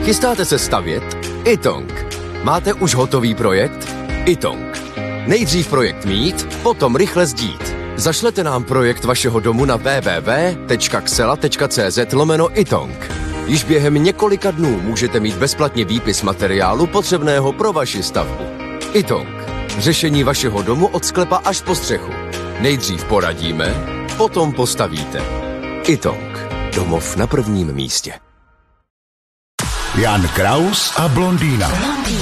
Chystáte se stavět? iTong. Máte už hotový projekt? iTong. Nejdřív projekt mít, potom rychle sdít. Zašlete nám projekt vašeho domu na www.xela.cz/iTong. Již během několika dnů můžete mít bezplatně výpis materiálu potřebného pro vaši stavbu. iTong. Řešení vašeho domu od sklepa až po střechu. Nejdřív poradíme, potom postavíte. iTong. Domov na prvním místě. Jan Kraus a blondýna.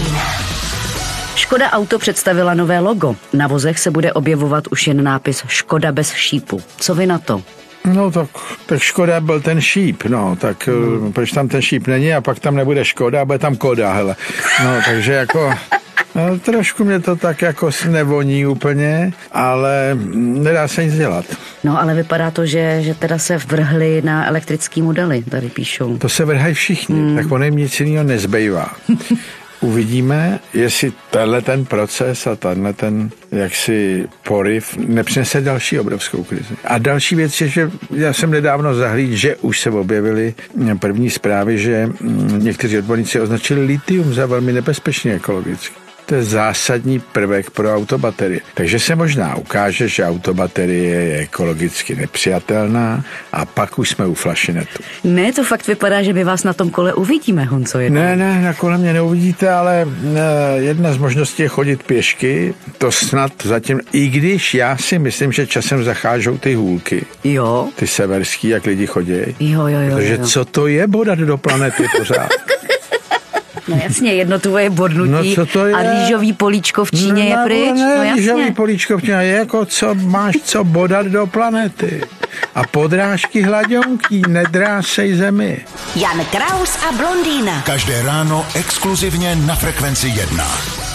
Škoda Auto představila nové logo. Na vozech se bude objevovat už jen nápis Škoda bez šípu. Co vy na to? No tak Škoda byl ten šíp, no, tak proč tam ten šíp není a pak tam nebude Škoda a bude tam Koda, hele. No, takže jako... No, trošku mě to tak jako nevoní úplně, ale nedá se nic dělat. No, ale vypadá to, že teda se vrhli na elektrický modely, tady píšou. To se vrhají všichni, tak ono jim nic jiného nezbývá. Uvidíme, jestli tenhle ten proces a tenhle ten jaksi poryv nepřinese další obrovskou krizi. A další věc je, že já jsem nedávno zahlídl, že už se objevily první zprávy, že někteří odborníci označili litium za velmi nebezpečný ekologicky. To je zásadní prvek pro autobaterie. Takže se možná ukáže, že autobaterie je ekologicky nepřijatelná a pak už jsme u flašinetu. Ne, to fakt vypadá, že my vás na tom kole uvidíme, Honzo. Ne, na kole mě neuvidíte, ale jedna z možností je chodit pěšky, to snad zatím, i když já si myslím, že časem zachážou ty hůlky. Jo. Ty severský, jak lidi chodí. Jo. Takže co to je bodat do planety pořád? No jasně, jedno tvoje bodnutí a rýžový políčko v Číně je pryč. No jasně. Rýžový políčko v Číně je jako co máš co bodat do planety. A podrážky hladionky, nedrásej zemi. Jan Kraus a blondýna. Každé ráno exkluzivně na Frekvenci 1.